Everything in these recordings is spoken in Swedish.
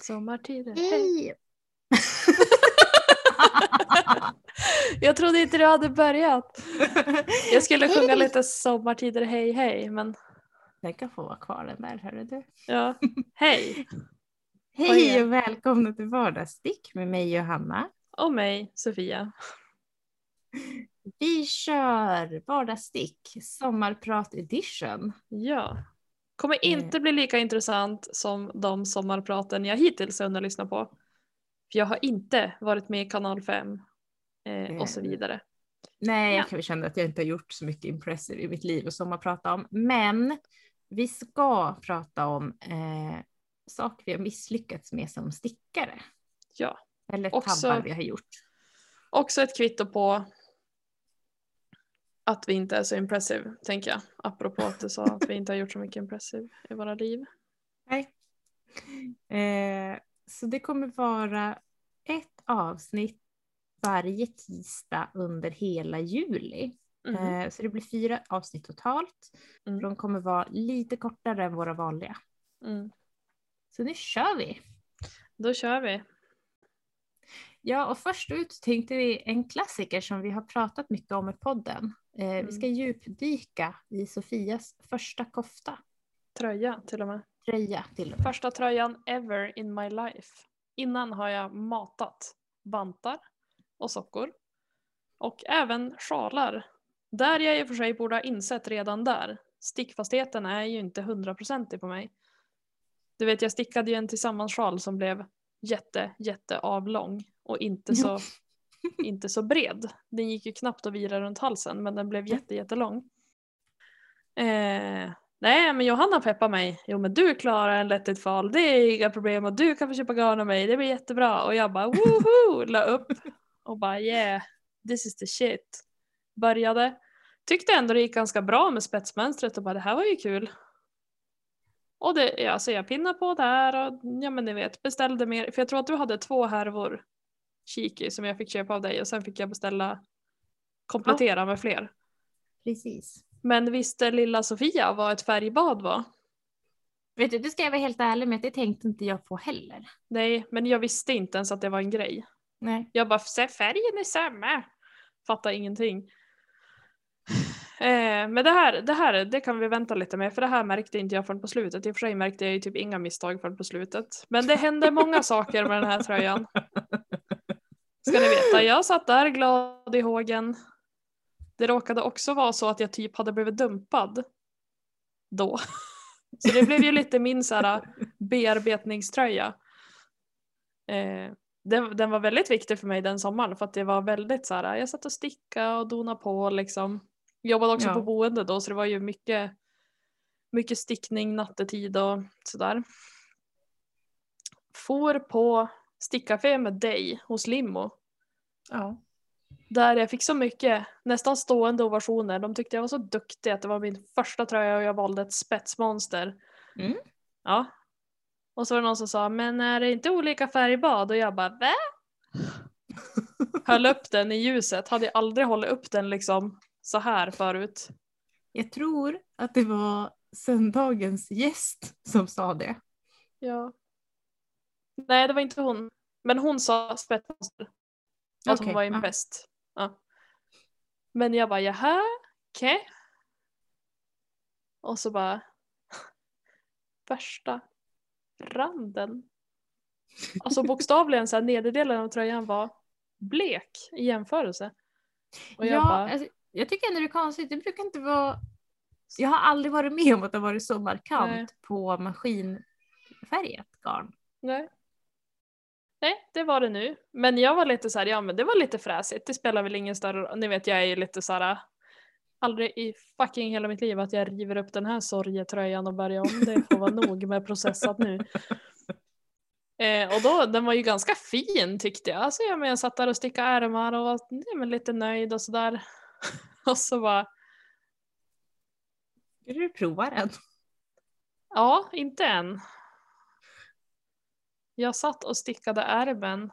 Sommartider. Hej! Jag trodde inte du hade börjat. Jag skulle sjunga lite Sommartider, hej hej, men... Den kan få vara kvar den där, hörru du. Ja, hej. Hej och välkomna till Vardagsstick med mig Johanna. Och mig, Sofia. Vi kör Vardagsstick, sommarprat edition. Ja. Kommer inte bli lika intressant som de sommarpraten jag hittills har lyssnat på. För jag har inte varit med i kanal 5 och så vidare. Nej, jag kan väl känna att jag inte har gjort så mycket impressive i mitt liv och sommarprata om. Men vi ska prata om saker vi har misslyckats med som stickare. Ja. Eller också, tabbar vi har gjort. Också ett kvitto på att vi inte är så impressive, tänker jag. Apropå att du sa att vi inte har gjort så mycket impressive i våra liv. Nej. Så det kommer vara ett avsnitt varje tisdag under hela juli. Så det blir 4 avsnitt totalt. De kommer vara lite kortare än våra vanliga. Så nu kör vi. Då kör vi. Ja, och först ut tänkte vi en klassiker som vi har pratat mycket om i podden. Vi ska djupdyka i Sofias första kofta. Tröja till och med. Tröja till och med. Första tröjan ever in my life. Innan har jag matat vantar och sockor. Och även sjalar. Där jag i och för sig borde ha insett redan där. Stickfastheten är ju inte 100% på mig. Du vet, jag stickade ju en tillsammans-sjal som blev jätte avlång. Och inte så bred. Den gick ju knappt att vira runt halsen, men den blev jättelång. Nej, men Johanna peppar mig. Jo, men du klarar en Let It Fall. Det är inga problem och du kan få köpa garn av mig. Det blir jättebra. Och jag bara woohoo, la upp. Och bara yeah, this is the shit. Började. Tyckte ändå det gick ganska bra med spetsmönstret och bara det här var ju kul. Och så jag pinnade på där och ja men ni vet, beställde mer. För jag tror att du hade 2 härvor kiki som jag fick köpa av dig och sen fick jag komplettera med fler. Precis. Men visste lilla Sofia vad ett färgbad var? Vet du, det ska jag vara helt ärlig med att det tänkte inte jag på heller. Nej, men jag visste inte ens att det var en grej. Nej. Jag bara, färgen är samma. Fattar ingenting. Men det kan vi vänta lite med, för det här märkte inte jag förrän på slutet. I och för sig märkte jag ju typ inga misstag förrän på slutet. Men det hände många saker med den här tröjan. Ska ni veta, jag satt där glad i hågen. Det råkade också vara så att jag typ hade blivit dumpad. Då. Så det blev ju lite min såhär bearbetningströja. Den var väldigt viktig för mig den sommaren, för att det var väldigt såhär, jag satt och stickade och donade på liksom. Jobbade också på boende då, så det var ju mycket stickning nattetid och sådär. For på stickcafé med dig hos Limo. Ja. Där jag fick så mycket, nästan stående ovationer. De tyckte jag var så duktig att det var min första tröja och jag valde ett spetsmonster. Ja. Och så var det någon som sa, men är det inte olika färgbad? Och jag bara, va? Höll upp den i ljuset. Hade jag aldrig hållit upp den liksom så här förut. Jag tror att det var söndagens gäst som sa det. Ja. Nej, det var inte hon. Men hon sa spetsmonster. Att hon var impressed. Ja. Men jag bara, jaha, okej. Och så bara värsta randen. Alltså bokstavligen så här, nederdelen av tröjan var blek i jämförelse. Och jag tycker ändå det är konstigt. Det brukar inte vara... Jag har aldrig varit med om att det har varit så markant på maskinfärgat garn. Nej, det var det nu. Men jag var lite så här, ja men det var lite fräsigt. Det spelar väl ingen större... Ni vet, jag är ju lite så här... Aldrig i fucking hela mitt liv att jag river upp den här sorgetröjan och börjar om. Det får vara nog med processat nu. Och då, den var ju ganska fin tyckte jag. Alltså jag satt där och stickade ärmar och var lite nöjd och sådär. Och så bara... Ska du prova den? Ja, inte än. Jag satt och stickade ärmen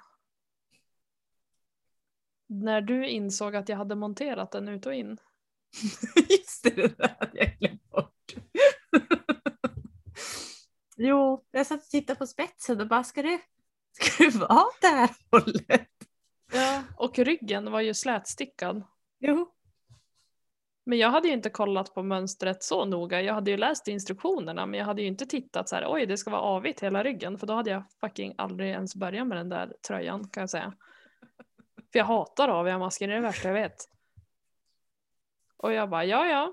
när du insåg att jag hade monterat den ut och in. Just det där hade jag glömt bort. Jo, jag satt och tittade på spetsen och bara, ska det vara det här hållet? Ja, och ryggen var ju slätstickad. Jo. Men jag hade ju inte kollat på mönstret så noga. Jag hade ju läst instruktionerna men jag hade ju inte tittat så här, oj det ska vara avigt hela ryggen. För då hade jag fucking aldrig ens börjat med den där tröjan kan jag säga. För jag hatar aviga masker, det är det värsta jag vet. Och jag bara, ja.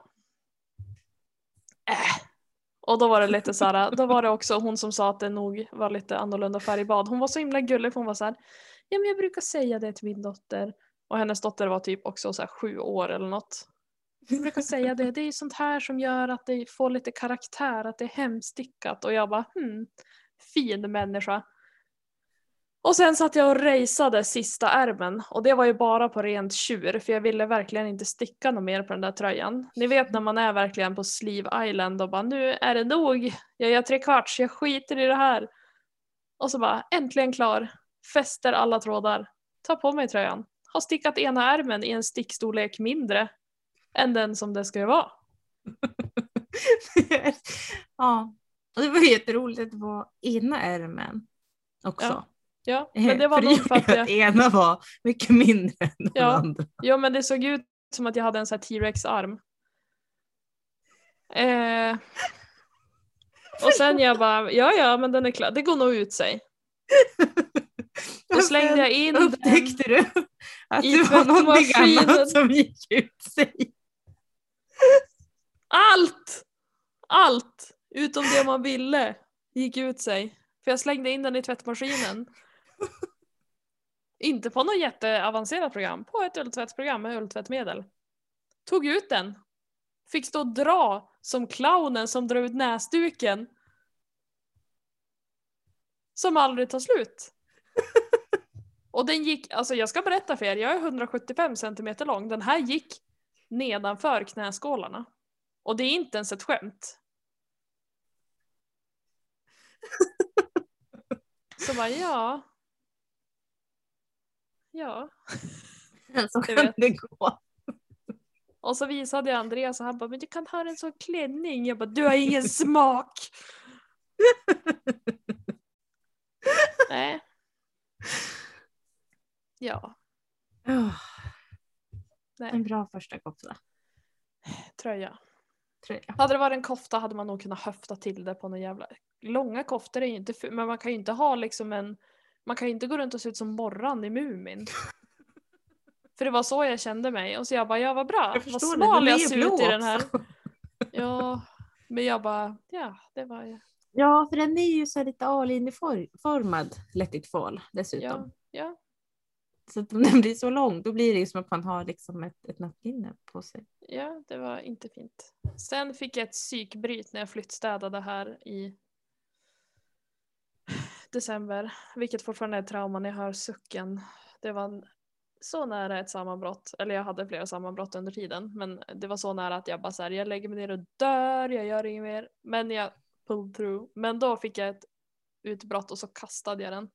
Och då var det lite så här, då var det också hon som sa att det nog var lite annorlunda färgbad. Hon var så himla gullig för hon var så här, ja men jag brukar säga det till min dotter. Och hennes dotter var typ också så här 7 år eller något. Jag brukar säga det är sånt här som gör att det får lite karaktär, att det är hemstickat. Och jag bara, fin människa. Och sen satt jag och rejsade sista ärmen. Och det var ju bara på rent tjur, för jag ville verkligen inte sticka något mer på den där tröjan. Ni vet när man är verkligen på Sleeve Island och bara, nu är det nog. Jag gör 3/4, jag skiter i det här. Och så bara, äntligen klar. Fäster alla trådar. Ta på mig tröjan. Har stickat ena ärmen i en stickstorlek mindre än den som det ska vara. Ja, och det var jätteroligt att det var ena ärmen också. Ja, men det var nog för att ena var mycket mindre än den andra. Ja, men det såg ut som att jag hade en sån här T-Rex-arm. Och sen jag bara, ja, men den är klar. Det går nog ut sig. Då slängde jag in den. Upptäckte du att det var någonting annat som gick ut sig? Allt utom det man ville gick ut sig. För jag slängde in den i tvättmaskinen. Inte på något jätteavancerat program. På ett ulltvättsprogram med ulltvättmedel. Tog ut den. Fick stå och dra som clownen som drar ut näsduken. Som aldrig tar slut. Och den gick, alltså jag ska berätta för er, jag är 175 cm lång. Den här gick nedanför knäskålarna. Och det är inte ens ett skämt. Så bara, ja. Så kan det gå. Och så visade jag Andreas och han bara, men du kan ha en sån klänning. Jag bara, du har ingen smak. Nej. Ja. Nej. En bra första kofta. Tröja. Hade det varit en kofta hade man nog kunnat höfta till det på någon jävla... Långa koftor är ju inte... Men man kan ju inte ha liksom en... Man kan ju inte gå runt och se ut som Morran i Mumin. För det var så jag kände mig. Och så jag bara, ja vad bra. Vad smal jag ser ut i den här. Ja, men jag bara, ja det var ju... Ja, för den är ju så lite A-linjeformad Let It Fall dessutom. Ja. Så att om den blir så lång, då blir det ju som att man har liksom ett nattlinne på sig. Ja, det var inte fint. Sen fick jag ett psykbryt när jag flyttstädade här i december. Vilket fortfarande är ett trauma när jag hör sucken. Det var så nära ett sammanbrott. Eller jag hade flera sammanbrott under tiden. Men det var så nära att jag bara så här, jag lägger mig ner och dör. Jag gör inget mer. Men jag pulled through. Men då fick jag ett utbrott och så kastade jag den.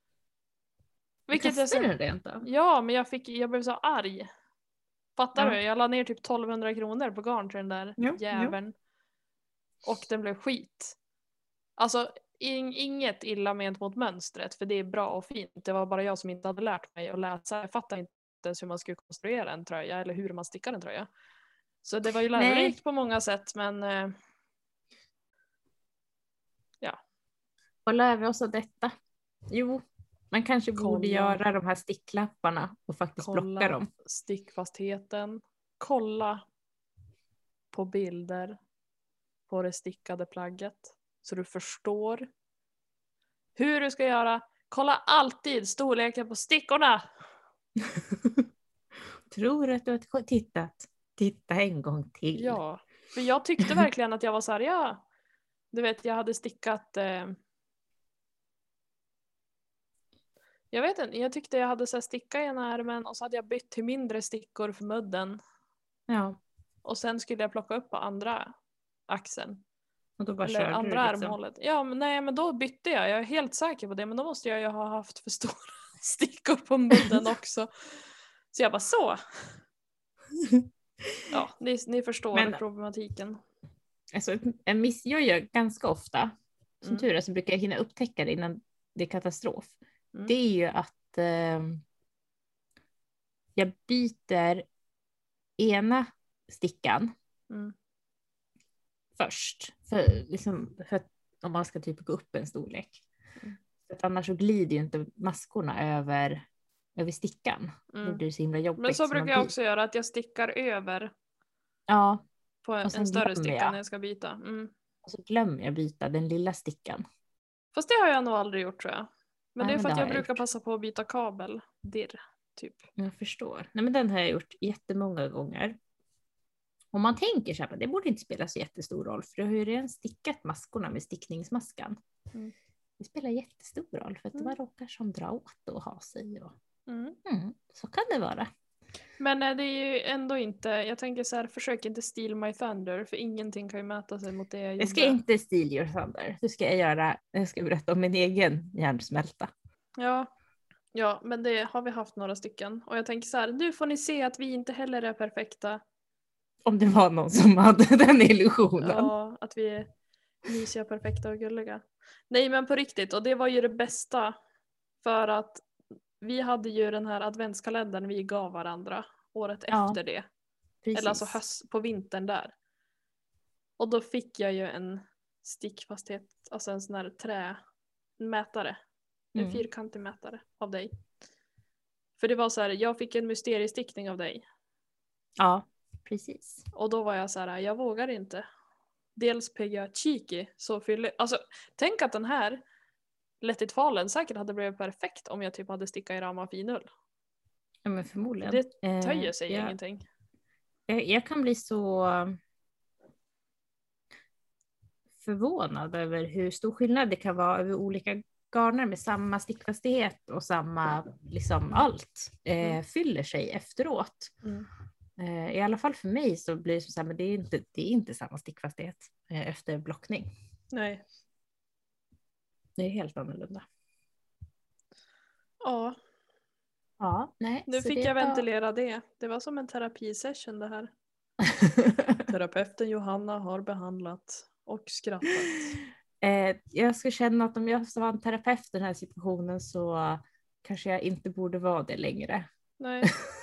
Kastade du det inte? Ja, men jag blev så arg. Fattar du? Jag la ner typ 1200 kronor på garn till den där jäveln. Och den blev skit. Alltså inget illa ment mot mönstret, för det är bra och fint. Det var bara jag som inte hade lärt mig att läsa. Jag fattar inte ens hur man skulle konstruera en tröja eller hur man stickar en tröja. Så det var ju lärorikt på många sätt, men ja. Vad lär vi oss av detta? Jo, man kanske borde göra de här sticklapparna och faktiskt blocka dem. Stickfastheten. Kolla på bilder på det stickade plagget. Så du förstår hur du ska göra. Kolla alltid storleken på stickorna. Tror att du har tittat? Titta en gång till. Ja, för jag tyckte verkligen att jag var så här, ja. Du vet, jag hade stickat... Jag vet inte, jag tyckte jag hade så här sticka i ena ärmen och så hade jag bytt till mindre stickor för mudden. Ja. Och sen skulle jag plocka upp på andra axeln. Och då bara eller körde andra du liksom. Armhålet. Ja, men nej, men då bytte jag. Jag är helt säker på det. Men då måste jag ju ha haft för stora stickor på mudden också. Så jag bara så. Ja, ni förstår problematiken. Alltså, en miss jag gör ganska ofta. som tur är så brukar jag hinna upptäcka det innan det är katastrof. Mm. Det är ju att jag byter ena stickan först. För att om man ska typ gå upp en storlek. För att annars så glider ju inte maskorna över stickan. Då blir det så himla jobbigt. Men så brukar jag också göra, att jag stickar över på en större sticka när jag ska byta. Och så glömmer jag byta den lilla stickan. Fast det har jag nog aldrig gjort, tror jag. Men Nej, det är för att jag brukar passa på att byta kabel. Dirr, typ. Jag förstår. Nej, men den har jag gjort jättemånga gånger. Om man tänker så här, det borde inte spela så jättestor roll. För du har ju redan stickat maskorna med stickningsmaskan. Det spelar jättestor roll för att man råkar som dra åt och ha sig. Och... så kan det vara. Men det är ju ändå inte, jag tänker så här, försök inte steal my thunder, för ingenting kan ju mäta sig mot det jag gjorde. Jag ska inte steal your thunder. Jag ska berätta om min egen hjärnsmälta. Ja, men det har vi haft några stycken. Och jag tänker så här, nu får ni se att vi inte heller är perfekta. Om det var någon som hade den illusionen. Ja, att vi är mysiga, perfekta och gulliga. Nej, men på riktigt, och det var ju det bästa. För att vi hade ju den här adventskalendern vi gav varandra året efter det. Precis. Eller alltså på vintern där. Och då fick jag ju en stickfasthet, alltså en sån här trämätare. En fyrkantig mätare av dig. För det var så här, jag fick en mysteriestickning av dig. Ja, precis. Och då var jag så här, jag vågar inte. Dels PGA cheeky, så alltså tänk att den här Let it fallen säkert hade blivit perfekt om jag typ hade stickat i rama finull. Ja, men förmodligen. Det töjer sig ingenting. Jag kan bli så förvånad över hur stor skillnad det kan vara över olika garner med samma stickfastighet och samma liksom allt fyller sig efteråt. I alla fall för mig så blir det så här, men det är inte samma stickfastighet efter blockning. Nej. Det är helt annorlunda. Ja. Ja, nej. Nu fick jag ventilera det. Det var som en terapisession det här. Terapeuten Johanna har behandlat och skrattat. Jag ska känna att om jag var en terapeut i den här situationen så kanske jag inte borde vara det längre. Nej.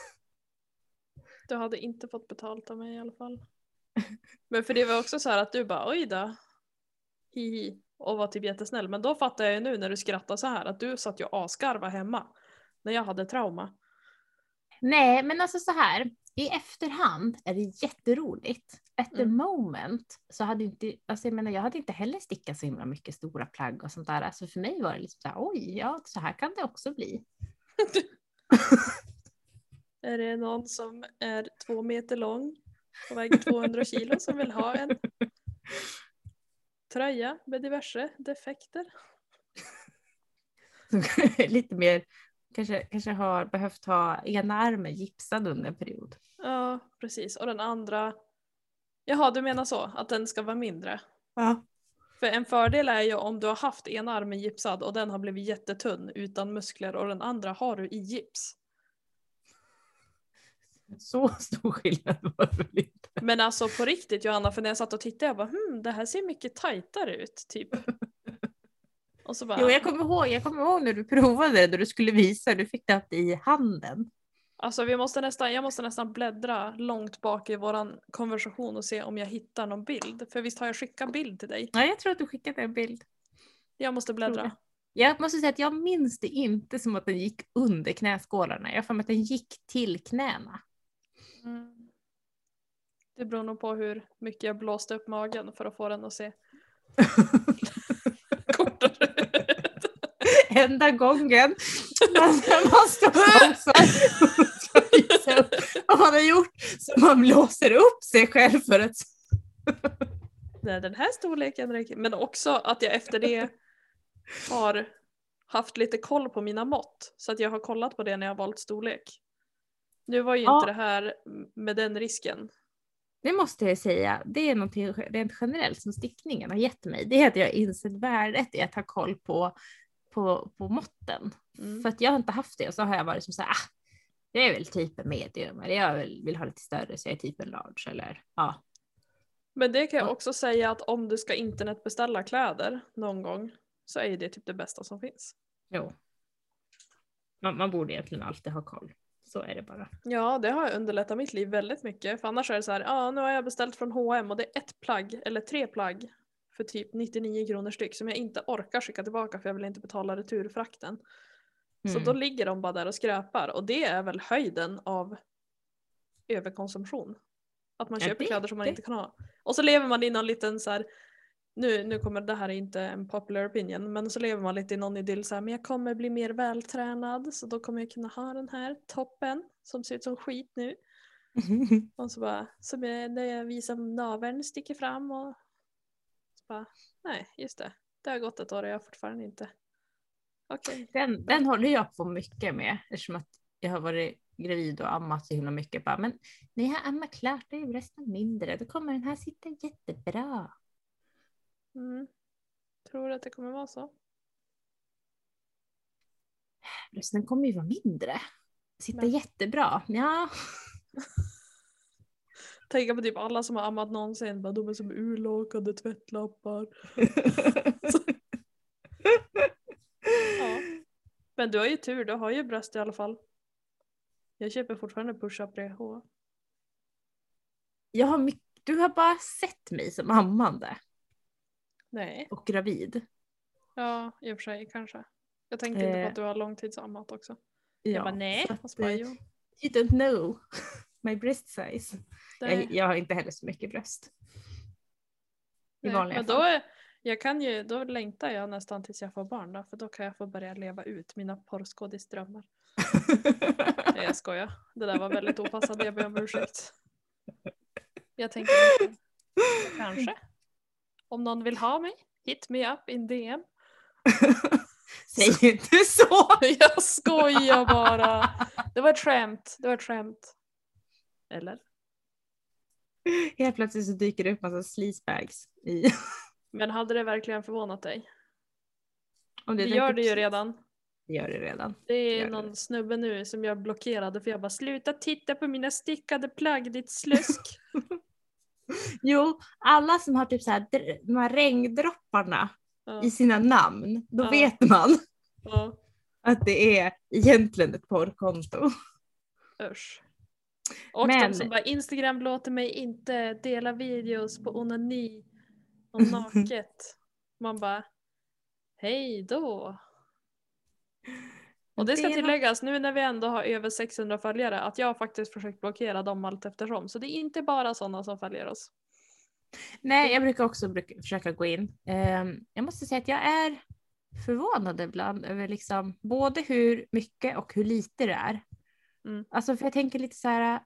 Du hade inte fått betalt av mig i alla fall. Men för det var också så här att du bara, oj då. Hihi. Och var typ jättesnäll. Men då fattar jag ju nu när du skrattar så här att du satt ju askarva hemma. När jag hade trauma. Nej, men alltså så här. I efterhand är det jätteroligt. At the moment så hade inte, alltså jag menar, jag hade inte heller stickat så himla mycket stora plagg och sånt där. Alltså för mig var det liksom så här, oj, ja, så här kan det också bli. Är det någon som är 2 meter lång och väger 200 kilo som vill ha en tröja med diverse defekter? Lite mer, kanske har behövt ha ena armen gipsad under en period. Ja, precis. Och den andra, jaha, du menar så, att den ska vara mindre? Ja. För en fördel är ju om du har haft ena armen gipsad och den har blivit jättetunn utan muskler och den andra har du i gips. Så stor skillnad var det väl inte. Men alltså på riktigt Johanna, för när jag satt och tittade jag bara, det här ser mycket tajtare ut typ. Och så bara, jo, jag kommer ihåg när du provade det, när du skulle visa, du fick det i handen. Alltså jag måste nästan bläddra långt bak i våran konversation och se om jag hittar någon bild. För visst har jag skickat bild till dig? Ja, jag tror att du skickade en bild. Jag måste bläddra. Jag måste säga att jag minns det inte som att den gick under knäskålarna. Jag får med att den gick till knäna. Det beror nog på hur mycket jag blåste upp magen för att få den att se kortare ut. Enda gången man står också vad man har gjort så man blåser upp sig själv för att nej, den här storleken räcker. Men också att jag efter det har haft lite koll på mina mått. Så att jag har kollat på det när jag har valt storlek. Nu var ju inte det här med den risken. Det måste jag säga. Det är någonting rent generellt som stickningen har gett mig. Det är att jag har insett värdet i att ha koll på måtten. För att jag har inte haft det. Och så har jag varit som så här, jag är väl typ en medium. Eller jag vill ha lite större så jag är typ en large. Eller, ja. Men det kan jag också säga att om du ska internetbeställa kläder någon gång så är det typ det bästa som finns. Jo. Man borde egentligen alltid ha koll. Så är det bara. Ja, det har underlättat mitt liv väldigt mycket. För annars är det så här, nu har jag beställt från H&M och det är 1 plagg eller 3 plagg för typ 99 kronor styck som jag inte orkar skicka tillbaka för jag vill inte betala returfrakten. Så då ligger de bara där och skräpar och det är väl höjden av överkonsumtion. Att man köper kläder som man inte kan ha. Och så lever man i någon liten så här, nu kommer det här inte en popular opinion, men så lever man lite i någon idyll så här, men jag kommer bli mer vältränad så då kommer jag kunna ha den här toppen som ser ut som skit nu. Och så bara, så när jag visar naveln sticker fram och så bara, nej just det har gått ett år och jag har fortfarande inte. Okej. Den håller jag på mycket med eftersom att jag har varit gravid och ammat så himla mycket. Bara, men när jag ammar klart är resten mindre. Då kommer den här sitta jättebra. Tror du att det kommer vara så? Resten kommer ju vara mindre. Sitta jättebra. Ja. Tänka på typ alla som har ammat någonsin. Bara, de är som urlakade tvättlappar. Ja. Men du har ju tur. Du har ju bröst i alla fall. Jag köper fortfarande push-up BH. Du har bara sett mig som ammande. Nej. Och gravid. Ja, i och för sig kanske. Jag tänkte inte på att du har långtidsammat också. Ja, jag bara nej. Att, you don't know my breast size. Jag har inte heller så mycket bröst. I vanliga men fall. Då längtar jag nästan tills jag får barn då, för då kan jag få börja leva ut mina porrskådisdrömmar. Nej, jag skojar. Det där var väldigt opassande, jag ber om ursäkt. Jag tänker inte. Kanske. Om någon vill ha mig, hit me up in DM. Säg inte så! Jag skojar bara. Det var ett skämt. Eller? Helt plötsligt så dyker det upp massa sleazebags i. Men hade det verkligen förvånat dig? Det gör det ju redan. Det gör det redan. Det är någon snubbe nu som jag blockerade för jag bara sluta titta på mina stickade plagg, ditt slusk. Jo, alla som har typ så här de här regndropparna i sina namn, då vet man att det är egentligen ett porrkonto. Usch. Och de som bara Instagram låter mig inte dela videos på onani och naket. Man bara hej då. Och det ska tilläggas nu när vi ändå har över 600 följare att jag har faktiskt försökt blockera dem allt eftersom. Så det är inte bara sådana som följer oss. Nej, jag brukar också försöka gå in. Jag måste säga att jag är förvånad ibland över liksom både hur mycket och hur lite det är. Alltså för jag tänker lite så här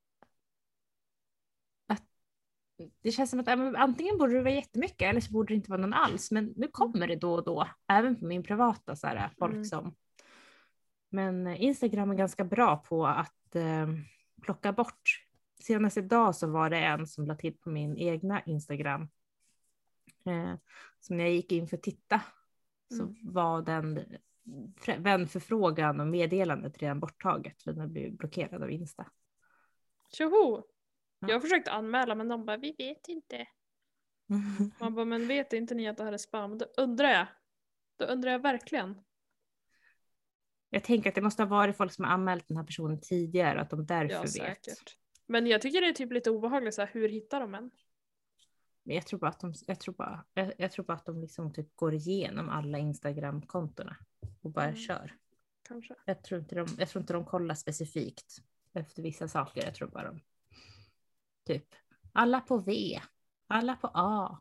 att det känns som att antingen borde det vara jättemycket eller så borde det inte vara någon alls. Men nu kommer det då och då, även på min privata så här, folk som. Men Instagram är ganska bra på att plocka bort. Senast idag så var det en som la till på min egna Instagram. Som när jag gick in för att titta så var den vänförfrågan och meddelandet redan borttaget för den blev blockerad av Insta. Tjoho! Jag har försökt anmäla men de bara, vi vet inte. Man bara, men vet inte ni att det här är spam? Då undrar jag verkligen. Jag tänker att det måste ha varit folk som har anmält den här personen tidigare, att de därför vet. Säkert. Men jag tycker det är typ lite obehagligt så här, hur hittar de en? Men jag tror bara att de liksom typ går igenom alla Instagram-kontona och bara kör. Kanske. Jag tror inte de kollar specifikt efter vissa saker. Jag tror bara de typ alla på V, alla på A.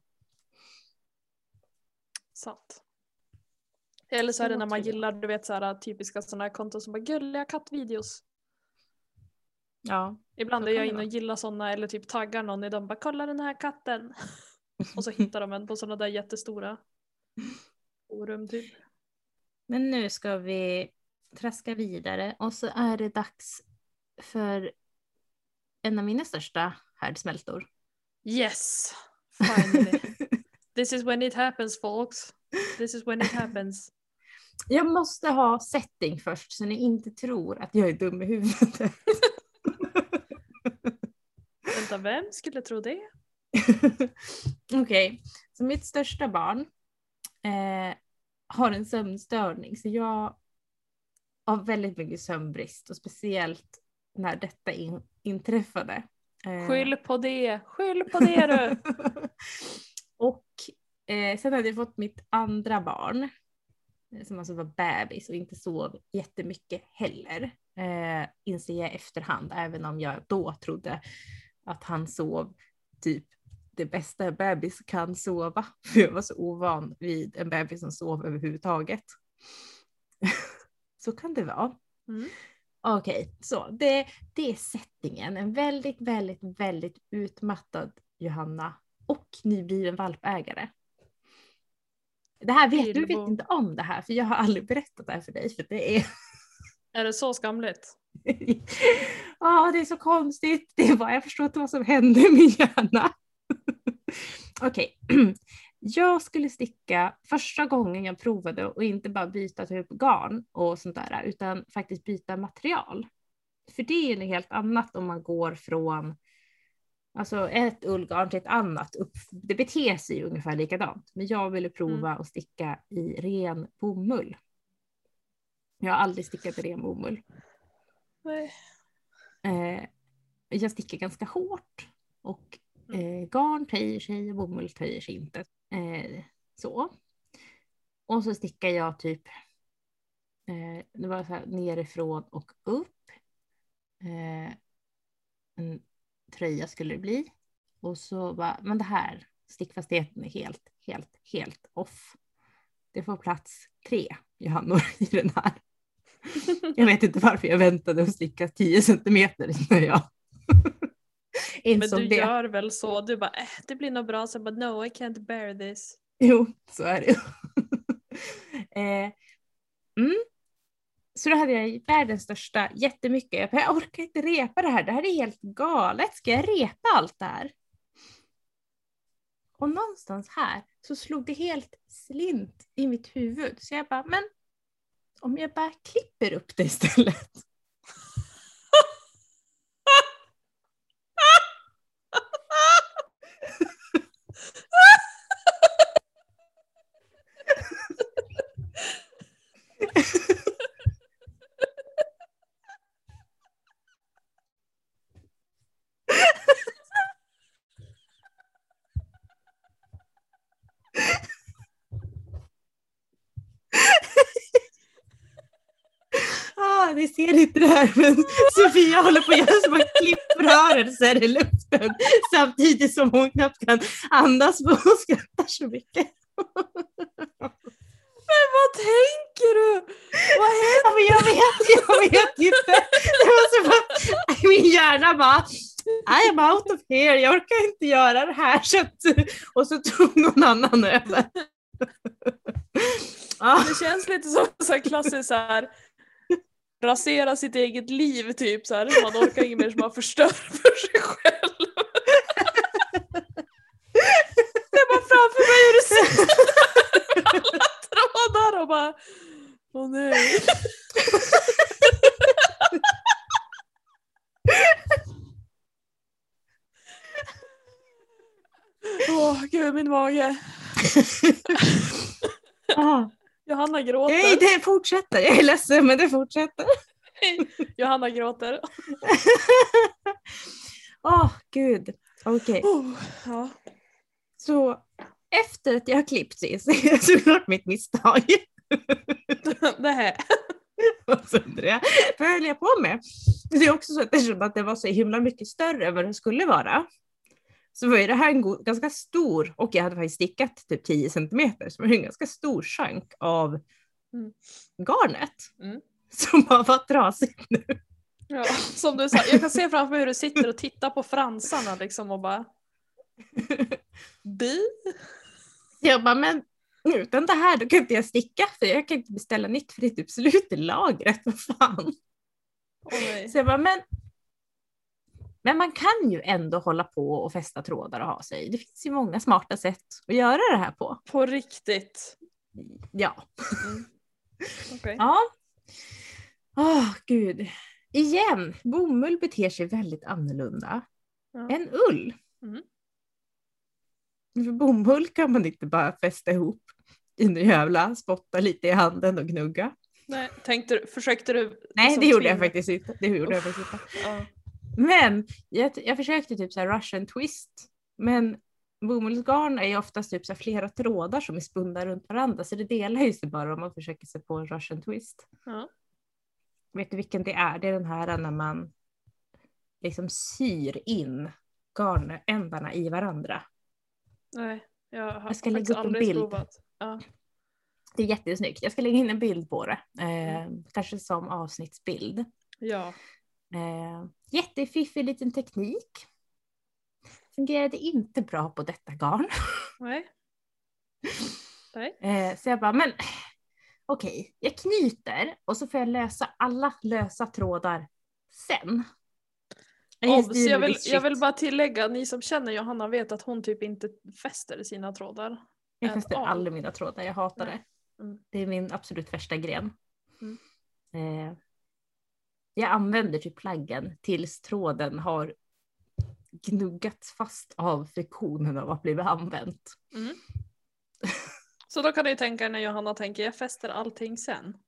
Sant. Eller så är det när man gillar, du vet så här typiska sådana här konton som bara gulliga kattvideos. Ja. Ibland är jag inne och gillar sådana eller typ taggar någon i dem bara kolla den här katten. Och så hittar de en på sådana där jättestora forum typ. Men nu ska vi traska vidare och så är det dags för en av mina största härdsmältor. Yes, finally. This is when it happens, folks. This is when it happens. Jag måste ha setting först så ni inte tror att jag är dum i huvudet. Vänta, vem skulle tro det? Okej, så mitt största barn har en sömnstörning. Så jag har väldigt mycket sömnbrist. Och speciellt när detta inträffade. Skyll på det du! Och sen hade jag fått mitt andra barn. Som alltså var bebis och inte sov jättemycket heller. Inser jag i efterhand. Även om jag då trodde att han sov typ det bästa bebis kan sova. För jag var så ovan vid en bebis som sov överhuvudtaget. Så kan det vara. Mm. Okej, så det är settingen. En väldigt, väldigt, väldigt utmattad Johanna och nybliven valpägare. Det här du vet inte om det här, för jag har aldrig berättat det här för dig. För det är... Är det så skamligt? Ja, det är så konstigt. Det är bara, jag förstår inte vad som hände i min hjärna. Okej. Jag skulle sticka första gången jag provade och inte bara byta typ garn och sånt där, utan faktiskt byta material. För det är något helt annat om man går från alltså ett ullgarn till ett annat. Det beter sig ungefär likadant. Men jag ville prova att sticka i ren bomull. Jag har aldrig stickat i ren bomull. Nej. Jag stickar ganska hårt. Och garn töjer sig och bomull töjer sig inte. Så. Och så stickar jag typ det var så här nerifrån och upp. En tröja skulle det bli. Och så bara, men det här stickfastheten är helt off. Det får plats 3 Johannor i den här. Jag vet inte varför jag väntade och sticka 10 centimeter när jag men du gör väl så, du bara det blir nog bra, så bara no I can't bear this. Jo, så är det. Så då hade jag världens största jättemycket. Jag orkar inte repa det här är helt galet. Ska jag repa allt det här? Och någonstans här så slog det helt slint i mitt huvud. Så jag bara, men om jag bara klipper upp det istället. Ni ser inte det här, men Sofia håller på att göra små klipprörelser i luften samtidigt som hon knappt kan andas och hon skrattar så mycket. Men vad tänker du? Vad händer? Ja, men jag vet inte. Det var så att min hjärna bara I am out of here, jag orkar inte göra det här. Och så tog någon annan över. Det känns lite som så här klassiskt så här rasera sitt eget liv typ så här, man orkar inget mer som man förstör för sig själv. Det är bara framför mig hur det ser alla trådar och bara åh nej. Åh gud, min mage. Johanna gråter. Nej, det fortsätter. Jag är ledsen, men det fortsätter. Johanna gråter. Gud. Okej. Ja. Så efter att jag har klippt så är det såklart mitt misstag. Det här. Och så undrar jag, vad höll jag på med? Det är också så att det var så himla mycket större än vad det skulle vara. Så var ju det här en ganska stor, och jag hade faktiskt stickat typ 10 centimeter, så det var en ganska stor chunk av garnet. Som bara var trasigt nu. Ja, som du sa, jag kan se framför mig hur du sitter och tittar på fransarna liksom och bara Jag bara, men utan det här då kan inte jag sticka, för jag kan inte beställa nytt för det är typ slut i lagret, vad fan. Så jag bara, men man kan ju ändå hålla på och fästa trådar och ha sig. Det finns ju många smarta sätt att göra det här på. På riktigt? Ja. Okay. Ja. Gud. Igen, bomull beter sig väldigt annorlunda än ull. För bomull kan man inte bara fästa ihop i en jävla, spotta lite i handen och gnugga. Nej, försökte du? Nej, det gjorde jag faktiskt inte. Ja. Men jag försökte typ så här Russian twist. Men bomullsgarn är ju oftast typ så här flera trådar som är spunna runt varandra. Så det delar ju sig bara om man försöker sig på en Russian twist. Ja. Vet du vilken det är? Det är den här när man liksom syr in garnändarna i varandra. Nej, jag har Jag ska lägga upp en aldrig bild. provat. Ja. Det är jättesnyggt. Jag ska lägga in en bild på det. Kanske som avsnittsbild. Ja. Jättefiffig liten teknik. Fungerade inte bra på detta garn. Nej. Så jag bara, men okej, jag knyter och så får jag lösa alla lösa trådar sen. Jag vill bara tillägga, ni som känner Johanna vet att hon typ inte fäster sina trådar. Jag fäster aldrig mina trådar, jag hatar det. Mm. Det är min absolut värsta gren. Mm. Jag använder typ plaggen tills tråden har gnuggats fast av friktionen av att bli använt. Mm. Så då kan du tänka när Johanna tänker, jag fäster allting sen.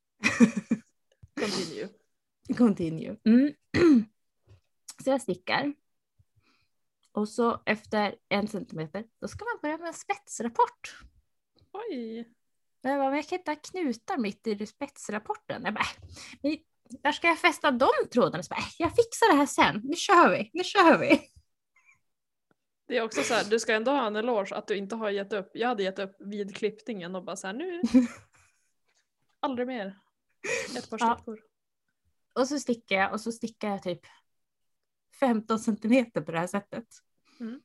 Continue. Mm. Så jag stickar. Och så efter 1 centimeter, då ska man börja med en spetsrapport. Oj. Jag kan inte ha knutar mitt i spetsrapporten. Jag bara, där ska jag fästa de trådarna. Så bara, jag fixar det här sen. Nu kör vi. Det är också så här, du ska ändå ha en eloge att du inte har gett upp. Jag hade gett upp vid klippningen och bara så här, nu. Aldrig mer. Ett par stickor. Och så stickar jag typ 15 centimeter på det här sättet. Mm.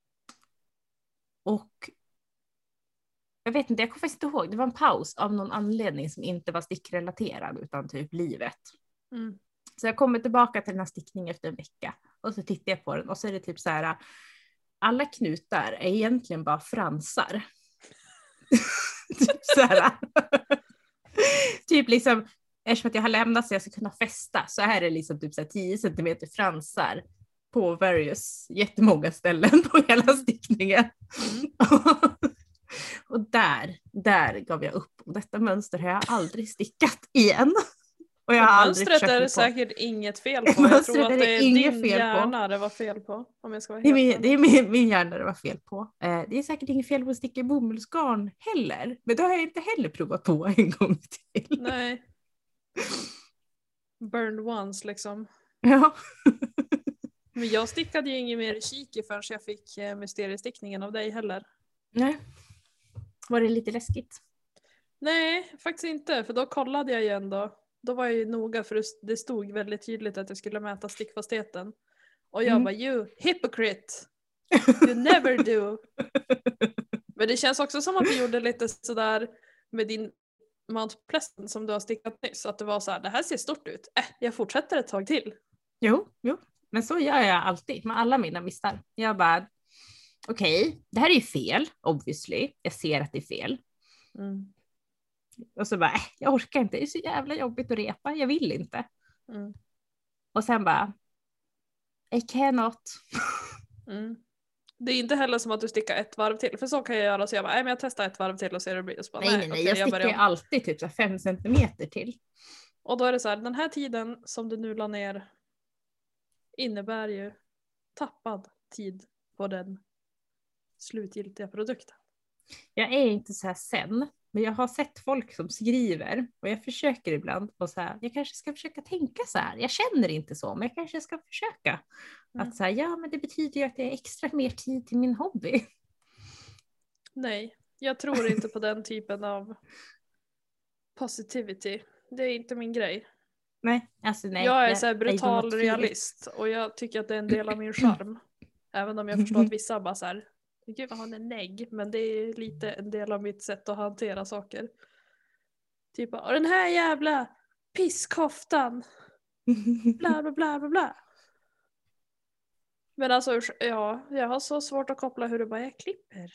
Och jag vet inte, jag kommer faktiskt inte ihåg. Det var en paus av någon anledning som inte var stickrelaterad utan typ livet. Mm. Så jag kommer tillbaka till den här stickningen efter en vecka. Och så tittar jag på den och så är det typ så här. Alla knutar är egentligen bara fransar. Typ så här. Typ liksom, eftersom att jag har lämnat så jag ska kunna fästa så här är det liksom typ så här 10 centimeter fransar på jättemånga ställen på hela stickningen. Mm. Och där gav jag upp. Och detta mönster har jag aldrig stickat igen. Och jag har mönstret är det säkert inget fel på. Jag tror att det är din hjärna det var fel på. Om jag ska vara helt det är min hjärna det var fel på. Det är säkert inget fel på att sticka bomullsgarn heller. Men det har jag inte heller provat på en gång till. Nej. Burned once liksom. Ja. Men jag stickade ju inget mer kiki förrän jag fick mysteriestickningen av dig heller. Nej. Var det lite läskigt? Nej, faktiskt inte. För då kollade jag ju ändå. Då var jag ju noga för det stod väldigt tydligt att jag skulle mäta stickfastheten. Och jag bara, you hypocrite! You never do! Men det känns också som att du gjorde lite sådär med din Mount Pleasant som du har stickat nyss. Att det var så här, det här ser stort ut. Jag fortsätter ett tag till. Jo. Men så gör jag alltid med alla mina missar. Jag bara, okej, det här är ju fel, obviously. Jag ser att det är fel. Mm. Och så bara, jag orkar inte. Det är så jävla jobbigt att repa. Jag vill inte. Mm. Och sen bara, I cannot. Mm. Det är inte heller som att du stickar ett varv till. För så kan jag göra. Så jag bara, men jag testar ett varv till och ser hur det blir. Så bara, nej. Okay, jag stickar alltid typ så 5 centimeter till. Och då är det så här, den här tiden som du nu la ner innebär ju tappad tid på den slutgiltiga produkten. Jag är inte så här sen. Men jag har sett folk som skriver och jag försöker ibland och så här, jag kanske ska försöka tänka så här. Jag känner inte så, men jag kanske ska försöka. Att säga, ja men det betyder ju att jag har extra mer tid till min hobby. Nej, jag tror inte på den typen av positivity. Det är inte min grej. Nej. Jag är så här brutal realist och jag tycker att det är en del av min charm. Även om jag förstår att vissa bara så här, gud vad han är negg, men det är lite en del av mitt sätt att hantera saker. Typ, och den här jävla pisskoftan. Bla bla bla bla bla. Men alltså, ja, jag har så svårt att koppla hur det bara jag klipper.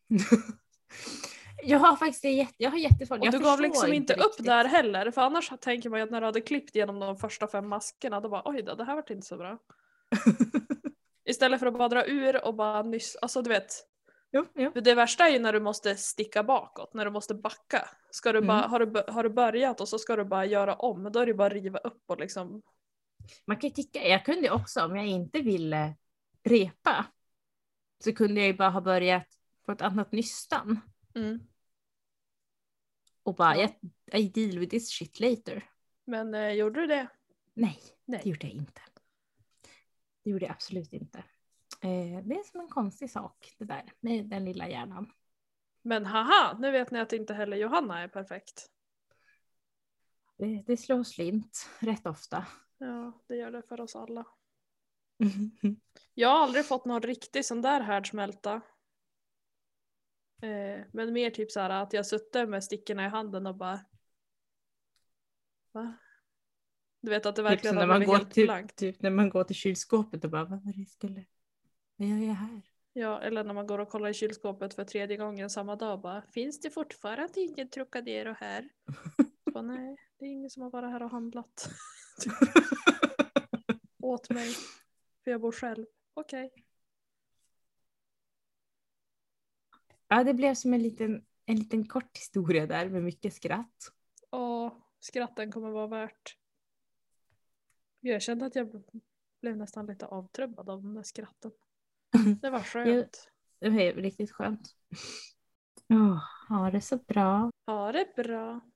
Jag har faktiskt jag har jättesvårt. Och du gav liksom inte upp riktigt där heller. För annars tänker man ju att när du hade klippt genom de första 5 maskerna, då bara oj då, det här var inte så bra. Istället för att bara dra ur och bara nyss, alltså du vet, Jo. För det värsta är ju när du måste sticka bakåt, när du måste backa. Ska du bara, har du börjat och så ska du bara göra om, då är det bara att riva upp och liksom... Man kan ju tycka, jag kunde också om jag inte ville repa så kunde jag ju bara ha börjat på ett annat nystan. Och bara, I deal with this shit later. Men gjorde du det? Nej, det gjorde jag inte. Det gjorde jag absolut inte. Det är som en konstig sak det där med den lilla hjärnan. Men haha, nu vet ni att inte heller Johanna är perfekt. Det slår slint rätt ofta. Ja, det gör det för oss alla. Jag har aldrig fått någon riktig sån där härdsmälta. Men mer typ så här att jag suttit med stickorna i handen och bara... Va? Du vet att det verkligen typ har blivit helt blankt. Typ när man går till kylskåpet och bara, vad gör jag här? Ja, eller när man går och kollar i kylskåpet för 3:e gången samma dag bara, finns det fortfarande ingen Trocadero här? Bara, nej, det är ingen som har varit här och handlat. Åt mig. För jag bor själv. Okej. Ja, det blev som en liten kort historia där med mycket skratt. Och skratten kommer vara värt. Jag kände att jag blev nästan lite avtrubbad av de där skratten. Det var skönt. Det var riktigt skönt. Ha det så bra. Ha det bra.